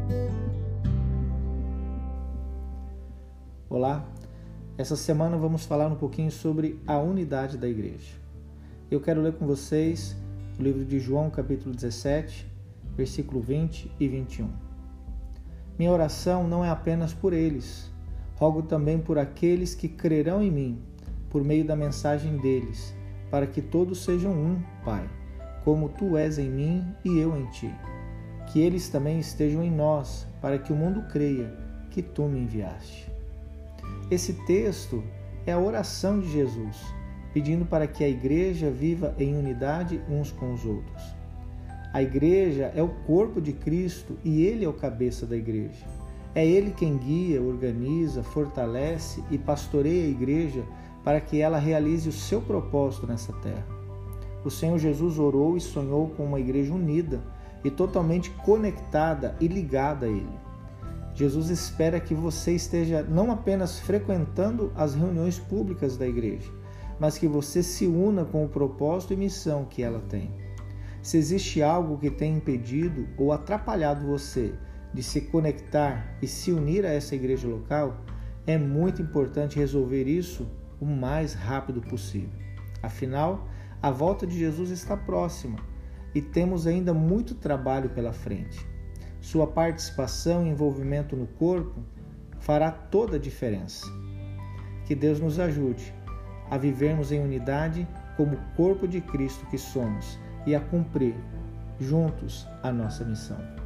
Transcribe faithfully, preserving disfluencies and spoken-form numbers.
Olá, essa semana vamos falar um pouquinho sobre a unidade da igreja. Eu quero ler com vocês o livro de João, capítulo dezessete, versículo vinte e vinte e um. Minha oração não é apenas por eles, rogo também por aqueles que crerão em mim, por meio da mensagem deles, para que todos sejam um, Pai, como tu és em mim e eu em ti. Que eles também estejam em nós, para que o mundo creia que tu me enviaste. Esse texto é a oração de Jesus, pedindo para que a igreja viva em unidade uns com os outros. A igreja é o corpo de Cristo e ele é o cabeça da igreja. É ele quem guia, organiza, fortalece e pastoreia a igreja para que ela realize o seu propósito nessa terra. O Senhor Jesus orou e sonhou com uma igreja unida e totalmente conectada e ligada a ele. Jesus espera que você esteja não apenas frequentando as reuniões públicas da igreja, mas que você se una com o propósito e missão que ela tem. Se existe algo que tem impedido ou atrapalhado você de se conectar e se unir a essa igreja local, é muito importante resolver isso o mais rápido possível. Afinal, a volta de Jesus está próxima e temos ainda muito trabalho pela frente. Sua participação e envolvimento no corpo fará toda a diferença. Que Deus nos ajude a vivermos em unidade como corpo de Cristo que somos e a cumprir juntos a nossa missão.